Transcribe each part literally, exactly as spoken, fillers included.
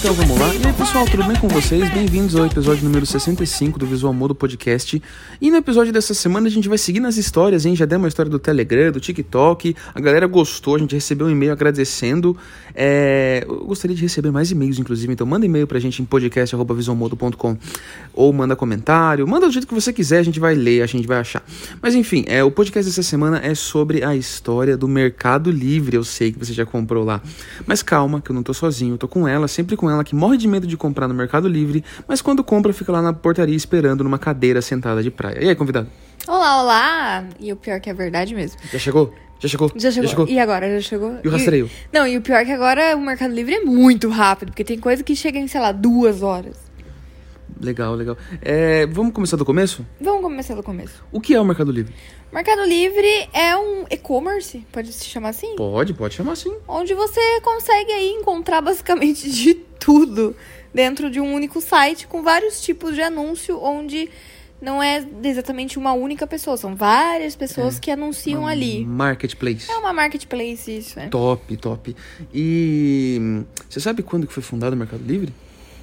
Então vamos lá. E aí pessoal, tudo bem com vocês? Bem-vindos ao episódio número sessenta e cinco do Visual Modo Podcast. E no episódio dessa semana a gente vai seguir nas histórias, hein? Já deu uma história do Telegram, do TikTok. A galera gostou, a gente recebeu um e-mail agradecendo. É... Eu gostaria de receber mais e-mails, inclusive. Então manda e-mail pra gente em podcast arroba visualmodo ponto com. Ou manda comentário. Manda do jeito que você quiser, a gente vai ler, a gente vai achar. Mas enfim, é, o podcast dessa semana é sobre a história do Mercado Livre. Eu sei que você já comprou lá. Mas calma, que eu não tô sozinho. Eu tô com ela, sempre com ela, que morre de medo de comprar no Mercado Livre, mas quando compra fica lá na portaria esperando numa cadeira sentada de praia. E aí, convidado? Olá, olá! E o pior que é verdade mesmo. Já chegou? Já chegou? Já chegou. Já chegou. E agora? Já chegou? E o rastreio? E... Não, e o pior é que agora o Mercado Livre é muito rápido, porque tem coisa que chega em, sei lá, duas horas. Legal, legal. É, vamos começar do começo? Vamos começar do começo. O que é o Mercado Livre? Mercado Livre é um e-commerce, pode se chamar assim? Pode, pode chamar assim. Onde você consegue aí encontrar basicamente de tudo dentro de um único site com vários tipos de anúncio, onde não é exatamente uma única pessoa, são várias pessoas é, que anunciam uma ali. Marketplace. É uma marketplace, isso, é. Top, top. E você sabe quando que foi fundado o Mercado Livre?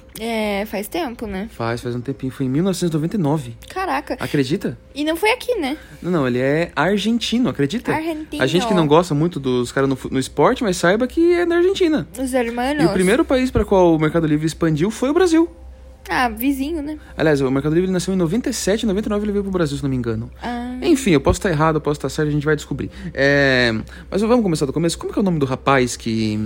É, faz tempo, né? Faz, faz um tempinho. Foi em mil novecentos e noventa e nove. Caraca. Acredita? E não foi aqui, né? Não, não, ele é argentino, acredita? Argentino. A gente que não gosta muito dos caras no, no esporte, mas saiba que é na Argentina. Os hermanos. E o primeiro país para qual o Mercado Livre expandiu foi o Brasil. Ah, vizinho, né? Aliás, o Mercado Livre nasceu em noventa e sete, em noventa e nove ele veio pro Brasil, se não me engano. Ah. Enfim, eu posso estar errado, eu posso estar certo, a gente vai descobrir. É... Mas vamos começar do começo. Como que é o nome do rapaz que...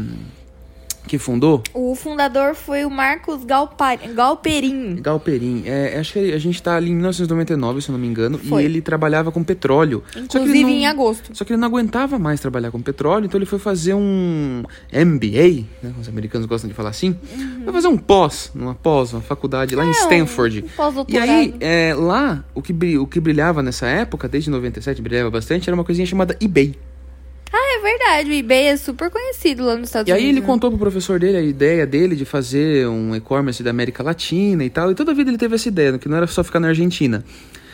que fundou? O fundador foi o Marcos Galpa... Galperin. Galperin. É, acho que a gente tá ali em mil novecentos e noventa e nove, se eu não me engano. Foi. E ele trabalhava com petróleo. Inclusive não, em agosto. Só que ele não aguentava mais trabalhar com petróleo, então ele foi fazer um M B A, né? Os americanos gostam de falar assim. Uhum. Foi fazer um pós, uma pós, uma faculdade lá é, em Stanford. Um pós-doutorado. E aí, é, lá, o que, o que brilhava nessa época, desde noventa e sete, brilhava bastante, era uma coisinha chamada eBay. Ah, é verdade. O eBay é super conhecido lá nos Estados e Unidos. E aí ele né? contou pro professor dele a ideia dele de fazer um e-commerce da América Latina e tal. E toda a vida ele teve essa ideia, que não era só ficar na Argentina.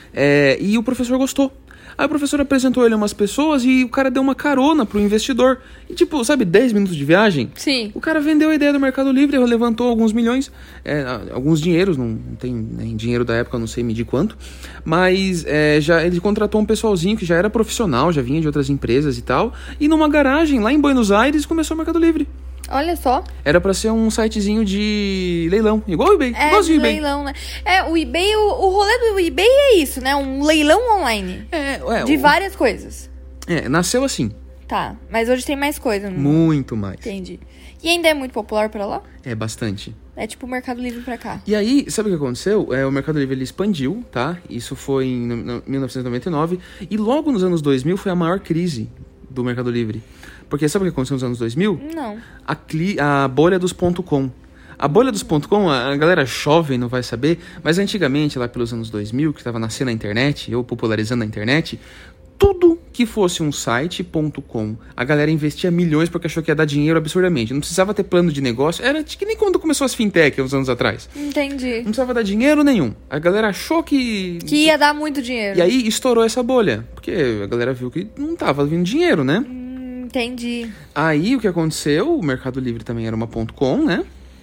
É, e o professor gostou. Aí o professor apresentou ele a umas pessoas e o cara deu uma carona pro investidor. E tipo, sabe, dez minutos de viagem? Sim. O cara vendeu a ideia do Mercado Livre, levantou alguns milhões, é, alguns dinheiros, não tem nem dinheiro da época, não sei medir quanto. Mas é, já, ele contratou um pessoalzinho que já era profissional, já vinha de outras empresas e tal. E numa garagem lá em Buenos Aires começou o Mercado Livre. Olha só. Era pra ser um sitezinho de leilão, igual o eBay. É, igual de o eBay. leilão, né? É, o eBay, o, o rolê do eBay é isso, né? Um leilão online. É, é de o... várias coisas. É, nasceu assim. Tá, mas hoje tem mais coisa. Não? Muito mais. Entendi. E ainda é muito popular pra lá? É, bastante. É tipo o Mercado Livre pra cá. E aí, sabe o que aconteceu? É, o Mercado Livre ele expandiu, tá? Isso foi em mil novecentos e noventa e nove. E logo nos anos dois mil foi a maior crise do Mercado Livre. Porque sabe o que aconteceu nos anos dois mil? Não. A, cli... a bolha dos ponto com. A bolha dos ponto com, a galera jovem não vai saber, mas antigamente, lá pelos anos dois mil, que estava nascendo a internet, eu popularizando a internet, tudo que fosse um site ponto com, a galera investia milhões porque achou que ia dar dinheiro absurdamente. Não precisava ter plano de negócio, era que nem quando começou as fintech, uns anos atrás. Entendi. Não precisava dar dinheiro nenhum. A galera achou que... Que ia dar muito dinheiro. E aí estourou essa bolha, porque a galera viu que não tava vindo dinheiro, né? Entendi. Aí o que aconteceu, o Mercado Livre também era uma ponto com, né?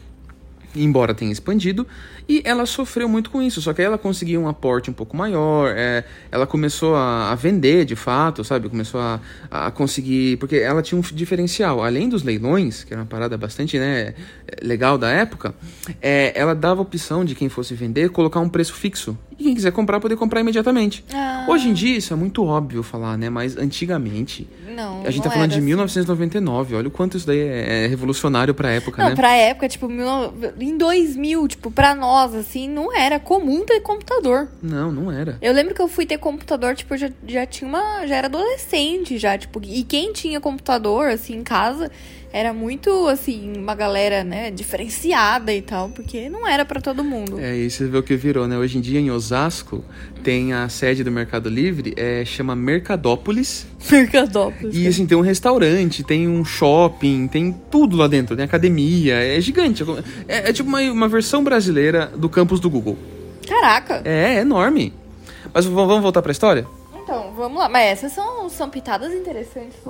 Embora tenha expandido, e ela sofreu muito com isso, só que aí ela conseguiu um aporte um pouco maior, é, ela começou a, a vender de fato, sabe, começou a, a conseguir, porque ela tinha um diferencial, além dos leilões, que era uma parada bastante, né, legal da época, é, ela dava a opção de quem fosse vender, colocar um preço fixo, e quem quiser comprar, poder comprar imediatamente. Ah. Hoje em dia, isso é muito óbvio falar, né, mas antigamente, não, a gente não tá falando de assim. mil novecentos e noventa e nove, olha o quanto isso daí é, é revolucionário pra época, não, né? Não, pra época, tipo, mil, em dois mil, tipo, pra nós, assim, não era comum ter computador. Não, não era. Eu lembro que eu fui ter computador, tipo, já, já tinha uma... Já era adolescente, já, tipo... E quem tinha computador, assim, em casa... Era muito, assim, uma galera, né, diferenciada e tal, porque não era pra todo mundo. É, e você vê o que virou, né? Hoje em dia, em Osasco, tem a sede do Mercado Livre, é, chama Mercadópolis. Mercadópolis. E, assim, tem um restaurante, tem um shopping, tem tudo lá dentro, tem academia, é gigante. É, é tipo uma, uma versão brasileira do campus do Google. Caraca! É, é enorme. Mas vamos voltar pra história? Então, vamos lá. Mas essas são, são pitadas interessantes sobre...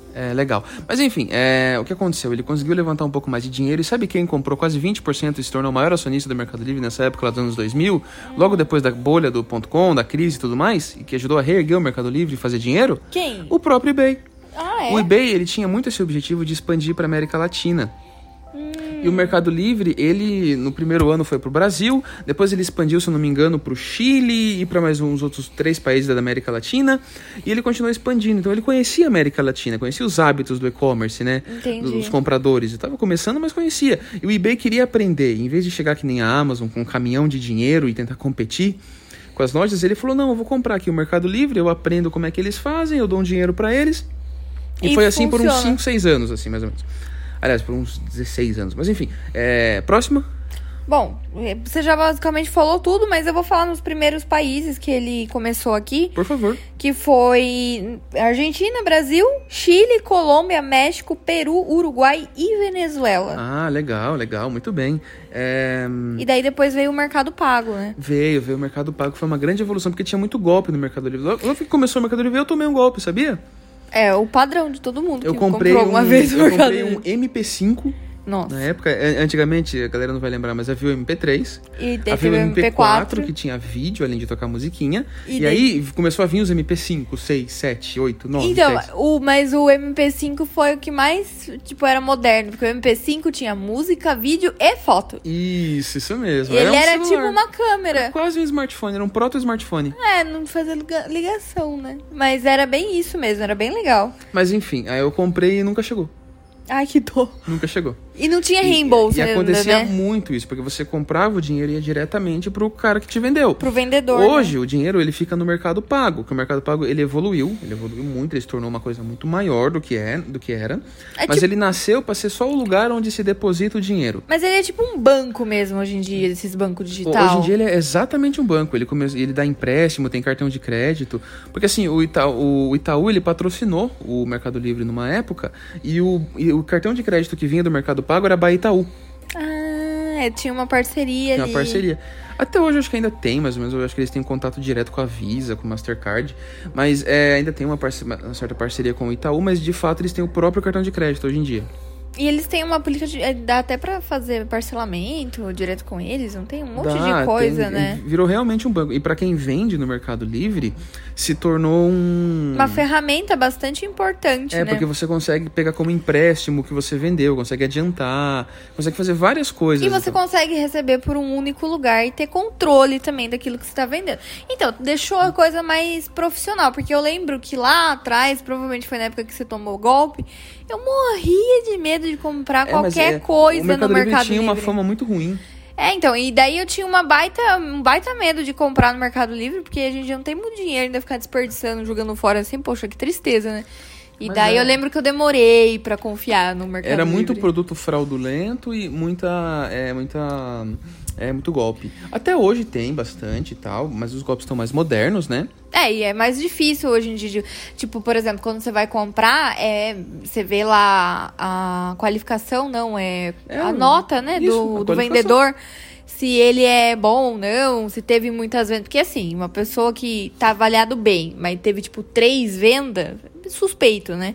É, legal. Mas enfim, é, o que aconteceu? Ele conseguiu levantar um pouco mais de dinheiro. E sabe quem comprou quase vinte por cento e se tornou o maior acionista do Mercado Livre nessa época, lá dos anos dois mil? Logo depois da bolha do ponto com, da crise e tudo mais? E que ajudou a reerguer o Mercado Livre e fazer dinheiro? Quem? O próprio eBay. Ah, é? O eBay, ele tinha muito esse objetivo de expandir para América Latina. Hum. E o Mercado Livre, ele no primeiro ano foi pro Brasil, depois ele expandiu, se eu não me engano, pro Chile e para mais uns outros três países da América Latina, e ele continuou expandindo. Então ele conhecia a América Latina, conhecia os hábitos do e-commerce, né? Entendi. Dos compradores. Ele tava começando, mas conhecia. E o eBay queria aprender, em vez de chegar que nem a Amazon com um caminhão de dinheiro e tentar competir com as lojas, ele falou: não, eu vou comprar aqui o Mercado Livre, eu aprendo como é que eles fazem, eu dou um dinheiro para eles. E, e foi assim funciona. Por uns cinco, seis anos, assim, mais ou menos. Aliás, por uns dezesseis anos. Mas enfim, é... próxima? Bom, você já basicamente falou tudo, mas eu vou falar nos primeiros países que ele começou aqui. Por favor. Que foi Argentina, Brasil, Chile, Colômbia, México, Peru, Uruguai e Venezuela. Ah, legal, legal, muito bem. É... E daí depois veio o Mercado Pago, né? Veio, veio o Mercado Pago. Foi uma grande evolução, porque tinha muito golpe no Mercado Livre. Logo que começou o Mercado Livre, eu tomei um golpe, sabia? É, o padrão de todo mundo que eu comprei comprou alguma um, vez no Eu Mercado comprei Livre. um M P cinco. Nossa. Na época, antigamente, a galera não vai lembrar, mas havia o M P três. E havia o M P quatro, que tinha vídeo, além de tocar musiquinha. E, e daí... aí começou a vir os M P cinco, seis, sete, oito, nove, Então, dez. o, mas o M P cinco foi o que mais, tipo, era moderno. Porque o M P cinco tinha música, vídeo e foto. Isso, isso mesmo. Ele era, um era celular. tipo uma câmera. Era quase um smartphone, era um proto-smartphone. É, não fazia ligação, né? Mas era bem isso mesmo, era bem legal. Mas enfim, aí eu comprei e nunca chegou. Ai, que dor. Nunca chegou. E não tinha reembolso, E, e acontecia né? muito isso, porque você comprava o dinheiro e ia diretamente pro cara que te vendeu. Pro vendedor, Hoje, né? o dinheiro, ele fica no Mercado Pago, que o Mercado Pago, ele evoluiu, ele evoluiu muito, ele se tornou uma coisa muito maior do que, é, do que era. É mas tipo... ele nasceu para ser só o lugar onde se deposita o dinheiro. Mas ele é tipo um banco mesmo, hoje em dia, esses bancos digitais. Hoje em dia, ele é exatamente um banco. Ele, come... ele dá empréstimo, tem cartão de crédito. Porque assim, o Itaú, o Itaú, ele patrocinou o Mercado Livre numa época, e o, e o cartão de crédito que vinha do Mercado Pago era Banco Itaú. Ah, tinha uma parceria tinha ali. Uma parceria. Até hoje eu acho que ainda tem, mais ou menos. Eu acho que eles têm contato direto com a Visa, com o Mastercard. Mas é, ainda tem uma, parce... uma certa parceria com o Itaú, mas de fato eles têm o próprio cartão de crédito hoje em dia. E eles têm uma política de... Dá até pra fazer parcelamento direto com eles? Não tem um monte Dá, de coisa, tem, né? Virou realmente um banco. E pra quem vende no Mercado Livre, se tornou um... Uma ferramenta bastante importante, é, né? porque você consegue pegar como empréstimo o que você vendeu, consegue adiantar, consegue fazer várias coisas. E você então. consegue receber por um único lugar e ter controle também daquilo que você está vendendo. Então, deixou a coisa mais profissional, porque eu lembro que lá atrás, provavelmente foi na época que você tomou o golpe, eu morria de medo de comprar é, qualquer é, coisa o Mercado no Livre Mercado tinha Livre. uma fama muito ruim. É, então, e daí eu tinha uma baita, um baita medo de comprar no Mercado Livre, porque a gente não tem muito dinheiro ainda ficar desperdiçando, jogando fora assim, poxa, que tristeza, né? E Mas daí é. eu lembro que eu demorei pra confiar no Mercado Era Livre. muito produto fraudulento e muita, é, muita, é, muito golpe. Até hoje tem bastante e tal, mas os golpes estão mais modernos, né? É, e é mais difícil hoje em dia. de- Tipo, por exemplo, quando você vai comprar, é, você vê lá a qualificação, não, é, É, a nota, né, isso, do, a do qualificação. vendedor. Se ele é bom ou não, se teve muitas vendas. Porque assim, uma pessoa que tá avaliado bem, mas teve, tipo, três vendas, é suspeito, né?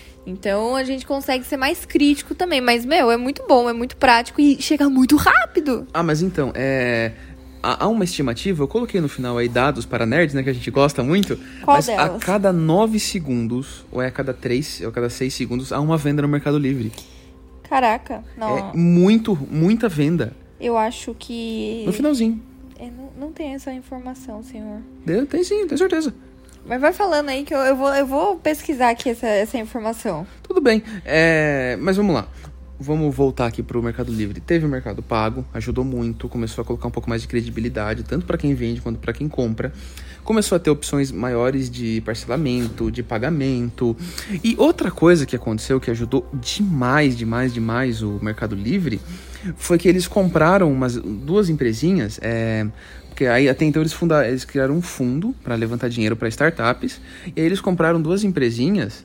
Então a gente consegue ser mais crítico também. Mas, meu, é muito bom, é muito prático e chega muito rápido. Ah, mas então, é... Há há uma estimativa, eu coloquei no final aí dados para nerds, né, que a gente gosta muito. Qual mas delas? a cada nove segundos, ou é a cada três, ou a cada seis segundos, há uma venda no Mercado Livre. Caraca, não. É muito, muita venda. Eu acho que... No finalzinho. Eu não, não tem essa informação, senhor. Tem, tem sim, tenho certeza. Mas vai falando aí que eu, eu, vou, eu vou pesquisar aqui essa, essa informação. Tudo bem, é, mas vamos lá. Vamos voltar aqui pro Mercado Livre. Teve o Mercado Pago, ajudou muito, começou a colocar um pouco mais de credibilidade, tanto para quem vende quanto para quem compra. Começou a ter opções maiores de parcelamento, de pagamento. E outra coisa que aconteceu que ajudou demais, demais, demais o Mercado Livre foi que eles compraram umas duas empresinhas, é, porque aí até então eles, fundaram, eles criaram um fundo para levantar dinheiro para startups, e aí eles compraram duas empresinhas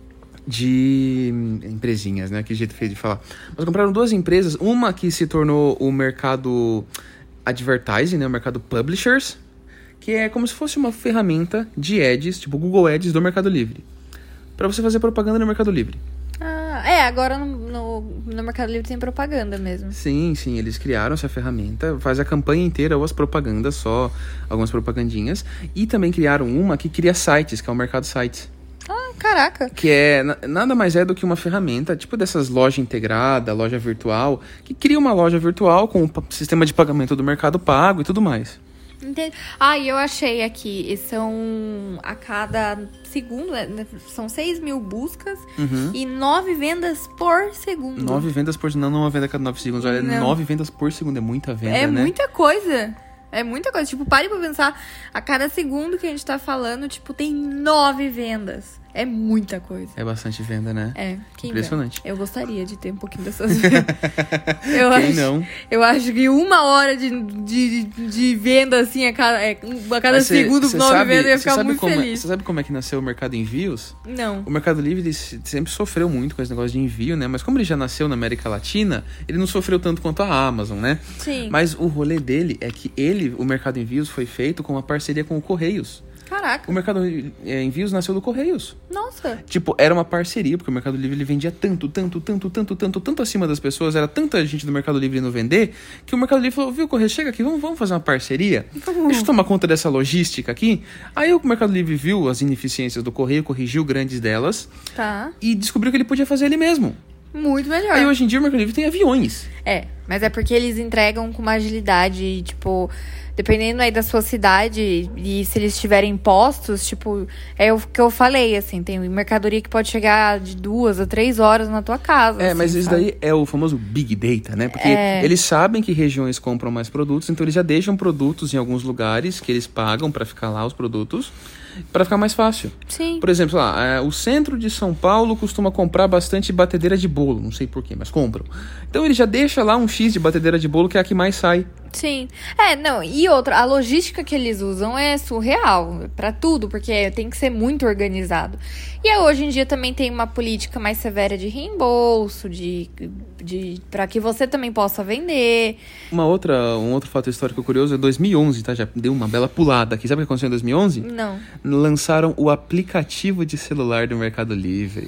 de... empresinhas, né? Que jeito feio de falar. Mas compraram duas empresas, uma que se tornou o mercado advertising, né? O mercado publishers, que é como se fosse uma ferramenta de ads, tipo Google Ads do Mercado Livre. pra você fazer propaganda no Mercado Livre. Ah, é, agora no, no, no Mercado Livre tem propaganda mesmo. Sim, sim, eles criaram essa ferramenta, faz a campanha inteira ou as propagandas, só algumas propagandinhas. E também criaram uma que cria sites, que é o Mercado Sites. Ah, caraca. Que é, nada mais é do que uma ferramenta, tipo dessas loja integrada, loja virtual, que cria uma loja virtual com o sistema de pagamento do Mercado Pago e tudo mais. Entendi. Ah, e eu achei aqui, são a cada segundo, né, são seis mil buscas Uhum. e nove vendas por segundo. Nove vendas por segundo, não uma venda a cada nove segundos, olha, Não. nove vendas por segundo, é muita venda, É né? muita coisa. É muita coisa. Tipo, pare pra pensar, a cada segundo que a gente tá falando, tipo, tem nove vendas. É muita coisa. É bastante venda, né? É, quem Impressionante. vê? Eu gostaria de ter um pouquinho dessas vendas. eu Quem acho, não? Eu acho que uma hora de, de, de venda, assim, a cada, é, a cada Mas cê- segundo, cê nove sabe- vendas, eu ia cê ficar sabe muito como é- feliz. Você sabe como é que nasceu o Mercado Envios? Não. O Mercado Livre ele se- sempre sofreu muito com esse negócio de envio, né? Mas como ele já nasceu na América Latina, ele não sofreu tanto quanto a Amazon, né? Sim. Mas o rolê dele é que ele, o Mercado Envios, foi feito com uma parceria com o Correios. Caraca. O Mercado eh, Envios nasceu do Correios. Nossa. Tipo, era uma parceria, porque o Mercado Livre ele vendia tanto, tanto, tanto, tanto, tanto, tanto acima das pessoas, era tanta gente do Mercado Livre indo vender, que o Mercado Livre falou, viu, Correio, chega aqui, vamos, vamos fazer uma parceria? Deixa eu tomar conta dessa logística aqui. Aí o Mercado Livre viu as ineficiências do Correio, corrigiu grandes delas, Tá. e descobriu que ele podia fazer ele mesmo. Muito melhor. Aí hoje em dia o Mercado Livre tem aviões. É, mas é porque eles entregam com uma agilidade, tipo, dependendo aí da sua cidade e se eles tiverem postos, tipo, é o que eu falei, assim, tem mercadoria que pode chegar de duas a três horas na tua casa. É, assim, mas isso sabe? daí é o famoso Big Data, né? Porque É. eles sabem que regiões compram mais produtos, então eles já deixam produtos em alguns lugares que eles pagam pra ficar lá os produtos, pra ficar mais fácil. Sim. Por exemplo, lá, é, o centro de São Paulo costuma comprar bastante batedeira de bolo, não sei porquê, mas compram. Então ele já deixa lá um X de batedeira de bolo que é a que mais sai. Sim. É, não, e outra, a logística que eles usam é surreal pra tudo, porque tem que ser muito organizado. E aí, hoje em dia também tem uma política mais severa de reembolso, de, de para que você também possa vender. Uma outra, um outro fato histórico curioso é dois mil e onze, tá? Já deu uma bela pulada aqui. Sabe o que aconteceu em dois mil e onze? Não. Lançaram o aplicativo de celular do Mercado Livre.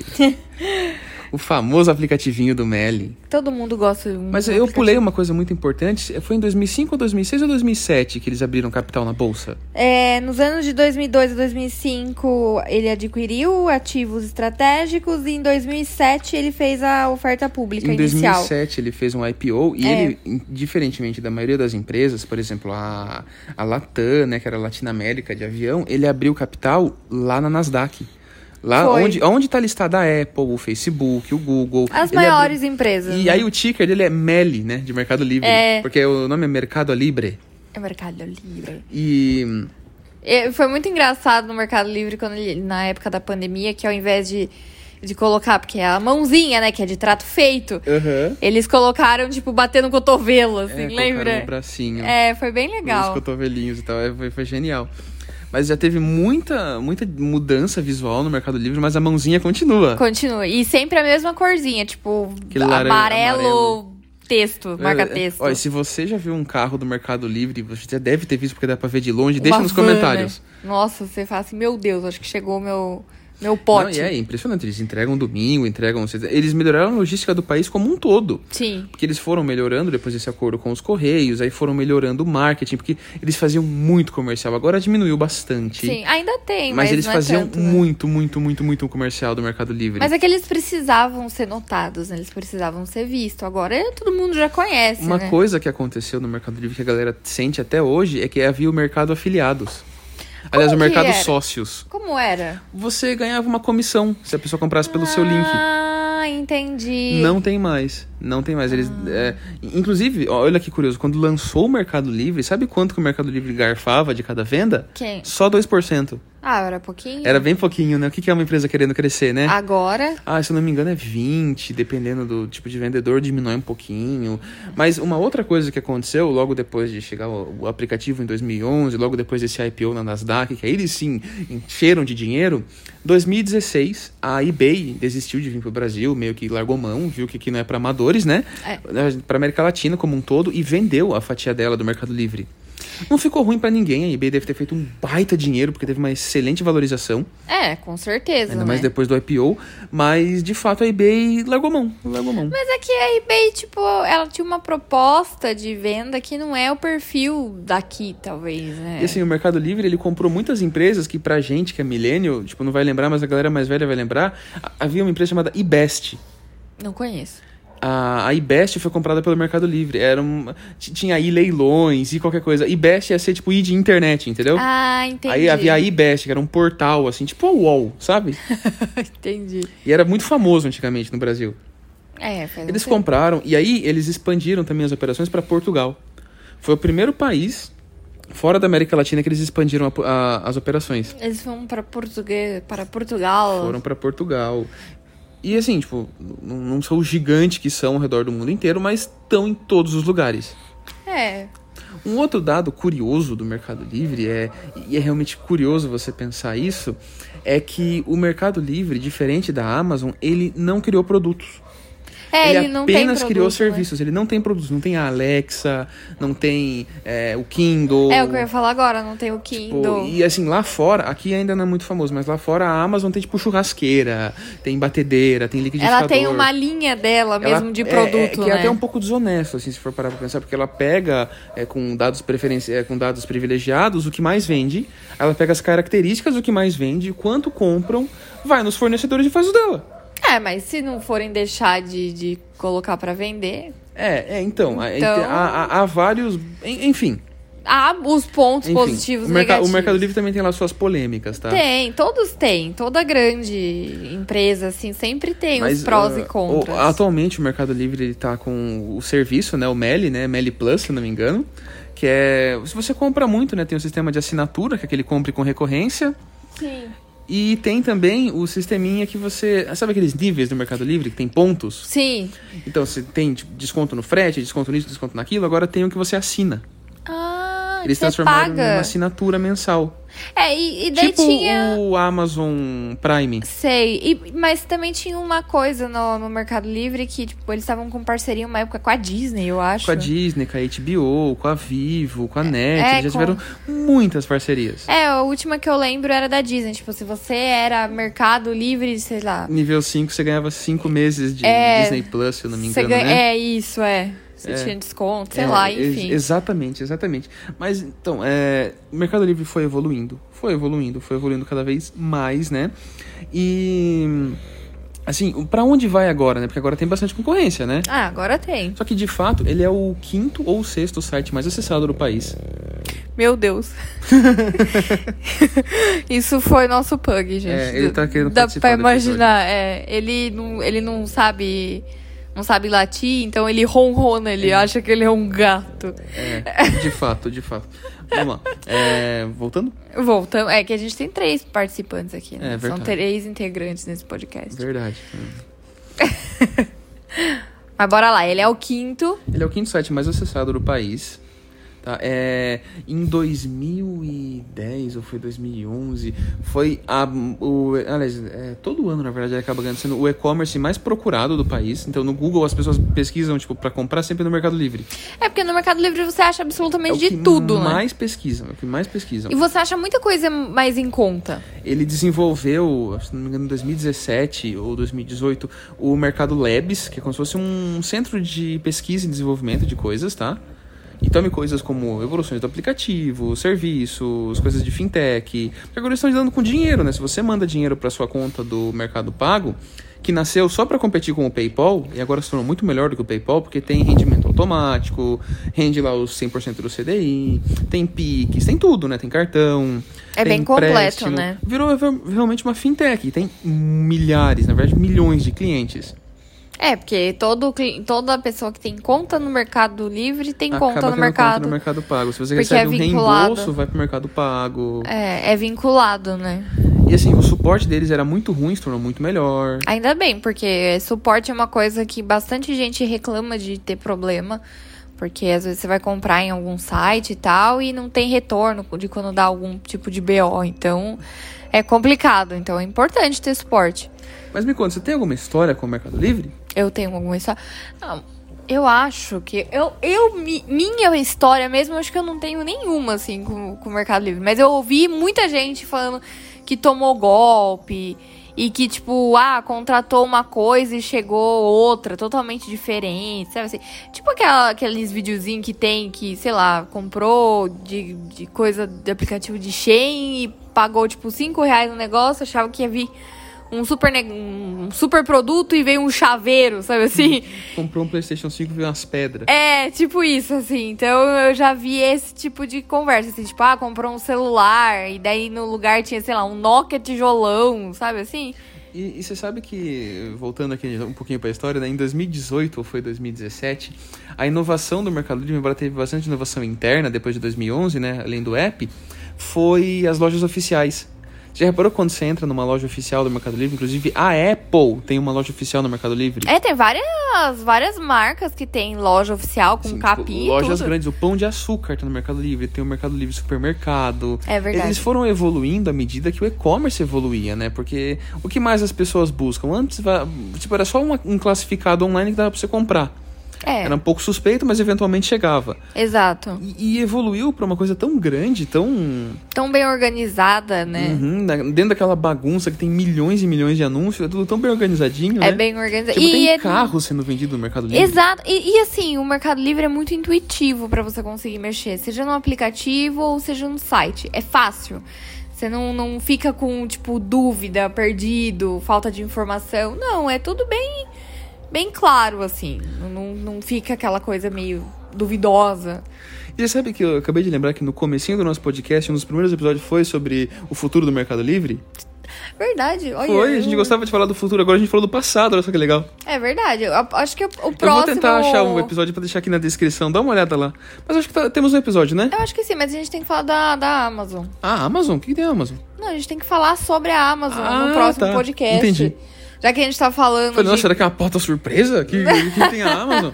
O famoso aplicativinho do Meli. Todo mundo gosta de um Mas eu aplicativo. pulei uma coisa muito importante. Foi em dois mil e cinco, dois mil e seis ou dois mil e sete que eles abriram capital na Bolsa? É, nos anos de dois mil e dois a dois mil e cinco, ele adquiriu ativos estratégicos e em dois mil e sete ele fez a oferta pública Em dois mil inicial. e sete ele fez um I P O e É. ele, diferentemente da maioria das empresas, por exemplo, a, a Latam, né, que era a Latinoamérica de avião, ele abriu capital lá na Nasdaq. Lá Foi. onde, onde tá listada a Apple, o Facebook, o Google. As Ele maiores abriu- empresas. E né? aí o ticker dele é Meli, né, de Mercado Livre. É. Porque o nome é Mercado Libre. É Mercado Livre. E... É, foi muito engraçado no Mercado Livre quando ele, na época da pandemia, que ao invés de, de colocar, porque é a mãozinha, né, que é de trato feito, Uhum. eles colocaram, tipo, batendo o cotovelo, assim, É, colocaram lembra? o bracinho. É, foi bem Os legal. cotovelinhos e tal, é, foi, foi genial. Mas já teve muita, muita mudança visual no Mercado Livre, mas a mãozinha continua. Continua. E sempre a mesma corzinha, tipo, Aquele laranja- amarelo, amarelo. texto, marca texto. Olha, se você já viu um carro do Mercado Livre, você já deve ter visto porque dá pra ver de longe, Uma deixa nos van, comentários. né? Nossa, você fala assim, meu Deus, acho que chegou o meu, meu pote. Não, e é impressionante, eles entregam domingo, entregam... Eles melhoraram a logística do país como um todo. Sim. Porque eles foram melhorando depois desse acordo com os Correios, aí foram melhorando o marketing, porque eles faziam muito comercial. Agora diminuiu bastante. Sim, ainda tem, Mas, mas, eles não é faziam tanto, né? muito, muito, muito, muito comercial do Mercado Livre. Mas é que eles precisavam ser notados, né? Eles precisavam ser vistos. Agora é, todo mundo já conhece, Uma né? coisa que aconteceu no Mercado Livre que a galera sente até hoje é que havia o mercado afiliados. Aliás, o que mercado era? sócios. Como era? Você ganhava uma comissão se a pessoa comprasse pelo seu link. Ah, entendi. Não tem mais. Não tem mais. Eles, é, inclusive, ó, olha que curioso, quando lançou o Mercado Livre, sabe quanto que o Mercado Livre garfava de cada venda? Quem? Só dois por cento. Ah, era pouquinho? Era bem pouquinho, né? O que que é uma empresa querendo crescer, né? Agora... Ah, se eu não me engano é vinte, dependendo do tipo de vendedor, diminui um pouquinho. Mas uma outra coisa que aconteceu logo depois de chegar o, o aplicativo em dois mil e onze, logo depois desse I P O na Nasdaq, que aí eles sim encheram de dinheiro, dois mil e dezesseis a eBay desistiu de vir pro Brasil, meio que largou mão, viu que aqui não é para amadores, né? É. Para América Latina como um todo e vendeu a fatia dela do Mercado Livre. Não ficou ruim pra ninguém, a eBay deve ter feito um baita dinheiro, porque teve uma excelente valorização. É, com certeza, Ainda né? mais depois do I P O, mas de fato a eBay largou mão, largou mão. Mas é que a eBay, tipo, ela tinha uma proposta de venda que não é o perfil daqui, talvez, né? E assim, o Mercado Livre, ele comprou muitas empresas que pra gente, que é millennial, tipo, não vai lembrar, mas a galera mais velha vai lembrar. Havia uma empresa chamada iBest. Não conheço. A, a iBest foi comprada pelo Mercado Livre. Era uma, tinha aí leilões e qualquer coisa. iBest ia ser tipo I de internet, entendeu? Ah, entendi. Aí havia a iBest, que era um portal, assim, tipo a U O L, sabe? Entendi. E era muito famoso antigamente no Brasil. É, faz Eles um tempo. compraram, e aí eles expandiram também as operações para Portugal. Foi o primeiro país, fora da América Latina, que eles expandiram a- a- as operações. Eles vão para Português, para Portugal. Foram para Portugal. E assim, tipo, não não são os gigantes que são ao redor do mundo inteiro, mas estão em todos os lugares. É. Um outro dado curioso do Mercado Livre, é, e é realmente curioso você pensar isso, é que o Mercado Livre, diferente da Amazon, ele não criou produtos. É, ele, ele não tem apenas produto, criou né? serviços, ele não tem produtos, não tem a Alexa, não tem é, o Kindle. É o que eu ia falar agora, não tem o Tipo, Kindle. e assim, lá fora, aqui ainda não é muito famoso, mas lá fora a Amazon tem tipo churrasqueira, tem batedeira, tem liquidificador. Ela tem uma linha dela Ela- mesmo de é- produto, é, que né? é até um pouco desonesto, assim, se for parar pra pensar, porque ela pega é, com dados preferenci... é, com dados privilegiados o que mais vende, ela pega as características do que mais vende, quanto compram, vai nos fornecedores e faz o dela. É, mas se não forem deixar de, de colocar pra vender, É, é então, há- Então- Há, há- há vários, en- enfim. há os pontos enfim, positivos o, e merca- negativos. o Mercado Livre também tem lá suas polêmicas, tá? Tem, todos têm. Toda grande empresa, assim, sempre tem Mas, os prós ah, e contras. o- atualmente o Mercado Livre ele tá com o serviço, né, o Meli, né, Meli Plus, se não me engano, que é, se você compra muito, né, tem um sistema de assinatura, que é aquele compre com recorrência, Sim. e tem também o sisteminha que você, sabe aqueles níveis do Mercado Livre que tem pontos? Sim. Então você tem tipo, desconto no frete, desconto nisso, desconto naquilo, agora tem o que você assina. Ah, Eles você transformaram paga. numa assinatura mensal. É, e, e daí Tipo tinha... o Amazon Prime. Sei, e, mas também tinha uma coisa no, no Mercado Livre que, tipo, eles estavam com parceria uma época com a Disney, eu acho. Com a Disney, com a H B O, com a Vivo, com a Net. é, Eles já com- tiveram muitas parcerias. É, a última que eu lembro era da Disney. Tipo, se você era Mercado Livre, sei lá. Nível cinco, você ganhava cinco meses de É, Disney Plus, se eu não me você engano, ganha- né? É, isso, é. Você É. tinha desconto, sei É, lá, ex- enfim. Exatamente, exatamente. Mas, então, é, o Mercado Livre foi evoluindo. Foi evoluindo, foi evoluindo cada vez mais, né? E... Assim, pra onde vai agora, né? Porque agora tem bastante concorrência, né? Ah, agora tem. Só que, de fato, ele é o quinto ou sexto site mais acessado do país. Meu Deus. Isso foi nosso pug, gente. É, ele tá querendo Dá participar pra do imaginar. É, ele, não, ele não sabe... Não sabe latir, então ele ronrona. Ele acha que ele é um gato. É, de fato, de fato. Vamos lá. É, voltando? Voltamos. É que a gente tem três participantes aqui, né? É, São verdade. três integrantes nesse podcast. Verdade. Mas bora lá, ele é o quinto. Ele é o quinto site mais acessado do país. Tá? É, em dois mil e dez ou foi dois mil e onze, foi a, o, aliás, é, todo ano, na verdade, ele acaba ganhando sendo o e-commerce mais procurado do país. Então, no Google, as pessoas pesquisam, tipo, pra comprar sempre no Mercado Livre. É porque no Mercado Livre você acha É absolutamente o de que tudo, né? mais pesquisam, é o que mais pesquisam. E você acha muita coisa mais em conta. Ele desenvolveu, se não me engano, em dois mil e dezessete ou dois mil e dezoito, o Mercado Labs, que é como se fosse um centro de pesquisa e desenvolvimento de coisas, tá? E tome coisas como evoluções do aplicativo, serviços, coisas de fintech. Porque agora eles estão lidando com dinheiro, né? Se você manda dinheiro para sua conta do Mercado Pago, que nasceu só para competir com o PayPal, e agora se tornou muito melhor do que o PayPal, porque tem rendimento automático, rende lá os cem por cento do C D I, tem Pix, tem tudo, né? Tem cartão, É tem bem completo, empréstimo. né? Virou realmente uma fintech, tem milhares, na verdade milhões de clientes. É, porque todo, cli- toda pessoa que tem conta no Mercado Livre tem Acaba conta no tendo mercado. conta no Mercado Pago. Se você Porque recebe é um vinculado. reembolso, vai pro Mercado Pago. É, é vinculado, né? E assim, o suporte deles era muito ruim, se tornou muito melhor. Ainda bem, porque suporte é uma coisa que bastante gente reclama de ter problema. Porque às vezes você vai comprar em algum site e tal e não tem retorno de quando dá algum tipo de B O. Então, é complicado. Então, é importante ter suporte. Mas me conta, você tem alguma história com o Mercado Livre? Eu tenho alguma história. Não, Eu acho que... Eu, eu, minha história mesmo, acho que eu não tenho nenhuma, assim, com, com o Mercado Livre. Mas eu ouvi muita gente falando que tomou golpe e que, tipo, ah, contratou uma coisa e chegou outra totalmente diferente, sabe assim? Tipo aquela, aqueles videozinhos que tem que, sei lá, comprou de, de coisa de aplicativo de Shein e pagou, tipo, cinco reais no negócio, achava que ia vir um super, um super produto e veio um chaveiro, sabe assim? Comprou um PlayStation cinco e veio umas pedras. É, tipo isso, assim. Então eu já vi esse tipo de conversa, assim, tipo, ah, comprou um celular e daí no lugar tinha, sei lá, um Nokia tijolão, sabe assim? E, e você sabe que, voltando aqui um pouquinho pra história, né, em dois mil e dezoito ou foi dois mil e dezessete, a inovação do Mercado Livre, embora teve bastante inovação interna depois de dois mil e onze, né, além do app, foi as lojas oficiais. Você já reparou quando você entra numa loja oficial do Mercado Livre? Inclusive, a Apple tem uma loja oficial no Mercado Livre. É, tem várias, várias marcas que tem loja oficial com Sim, capim tipo, lojas tudo. grandes. O Pão de Açúcar tá no Mercado Livre. Tem o Mercado Livre Supermercado. É verdade. Eles foram evoluindo à medida que o e-commerce evoluía, né? Porque o que mais as pessoas buscam? Antes, tipo, era só uma, um classificado online que dava pra você comprar. É. Era um pouco suspeito, mas eventualmente chegava. Exato. E, e evoluiu pra uma coisa tão grande, tão... Tão bem organizada, né? Uhum, dentro daquela bagunça que tem milhões e milhões de anúncios, é tudo tão bem organizadinho, é né? É bem organizado. Tipo, e tem é... carro sendo vendido no Mercado Livre. Exato. E, e assim, o Mercado Livre é muito intuitivo pra você conseguir mexer. Seja no aplicativo ou seja no site. É fácil. Você não, não fica com, tipo, dúvida, perdido, falta de informação. Não, é tudo bem... bem claro, assim. Não, não fica aquela coisa meio duvidosa. E você sabe que eu acabei de lembrar que no comecinho do nosso podcast, um dos primeiros episódios foi sobre o futuro do Mercado Livre? Verdade. Olha, foi, a gente eu... gostava de falar do futuro, agora a gente falou do passado, olha só que legal. É verdade, eu acho que o próximo... Eu vou tentar achar um episódio pra deixar aqui na descrição, dá uma olhada lá. Mas acho que tá, temos um episódio, né? Eu acho que sim, mas a gente tem que falar da, da Amazon. Ah, Amazon? O que, que tem a Amazon? Não, a gente tem que falar sobre a Amazon ah, no próximo tá. podcast. Entendi. Já que a gente tá falando Falei, nossa, de... será que é uma pauta surpresa? Que, que tem a Amazon?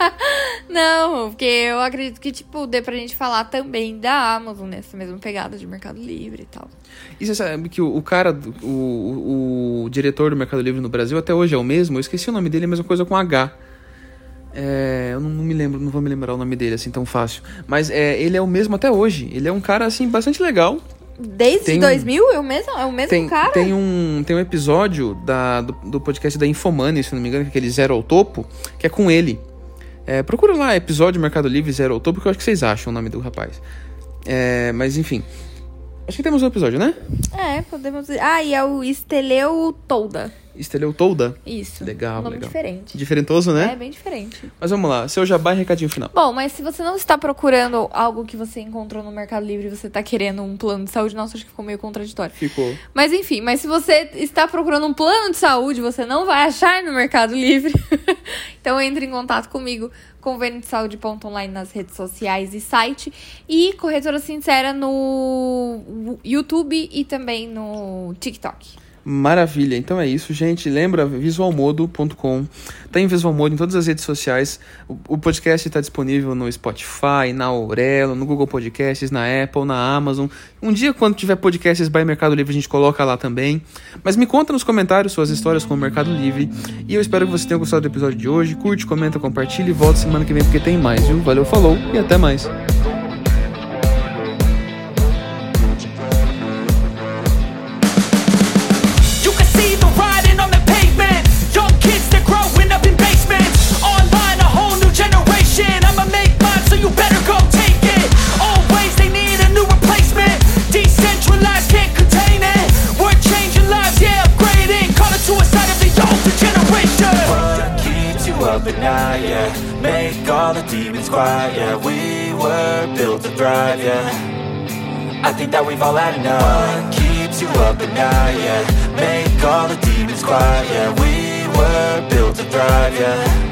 Não, porque eu acredito que, tipo, dê pra gente falar também da Amazon, nessa mesma pegada de Mercado Livre e tal. E você sabe que o, o cara, o, o, o diretor do Mercado Livre no Brasil até hoje é o mesmo? Eu esqueci o nome dele, é a mesma coisa com H. É, eu não, não me lembro, não vou me lembrar o nome dele assim tão fácil. Mas é, ele é o mesmo até hoje. Ele é um cara, assim, bastante legal. Desde tem dois mil? Um, é o mesmo, é o mesmo tem, cara? Tem um, tem um episódio da, do, do podcast da Infomoney, se não me engano, que é aquele Zero ao Topo, que é com ele. É, procura lá, episódio Mercado Livre Zero ao Topo, que eu acho que vocês acham o nome do rapaz. É, mas enfim, acho que temos um episódio, né? É, podemos... Ah, e é o Esteleu Tolda. Esteleu Tolda? Isso. Legal, um nome legal. diferente. Diferentoso, né? É, bem diferente. Mas vamos lá, seu jabá e recadinho final. Bom, mas se você não está procurando algo que você encontrou no Mercado Livre e você está querendo um plano de saúde, nossa, acho que ficou meio contraditório. Ficou. Mas enfim, mas se você está procurando um plano de saúde, você não vai achar no Mercado Livre. Então entre em contato comigo, convênio de saúde ponto online nas redes sociais e site. E Corretora Sincera no YouTube e também no TikTok. Maravilha, então é isso, gente. Lembra, visualmodo ponto com. Tá em Visualmodo em todas as redes sociais. O, o podcast está disponível no Spotify, na Aurelo, no Google Podcasts, na Apple, na Amazon. Um dia, quando tiver podcasts by Mercado Livre, a gente coloca lá também. Mas me conta nos comentários suas histórias com o Mercado Livre. E eu espero que você tenha gostado do episódio de hoje. Curte, comenta, compartilha e volta semana que vem porque tem mais, viu? Valeu, falou e até mais. Up at night, yeah. Make all the demons quiet, yeah. We were built to thrive, yeah. I think that we've all had enough. What keeps you up at night, yeah. Make all the demons quiet, yeah. We were built to thrive, yeah.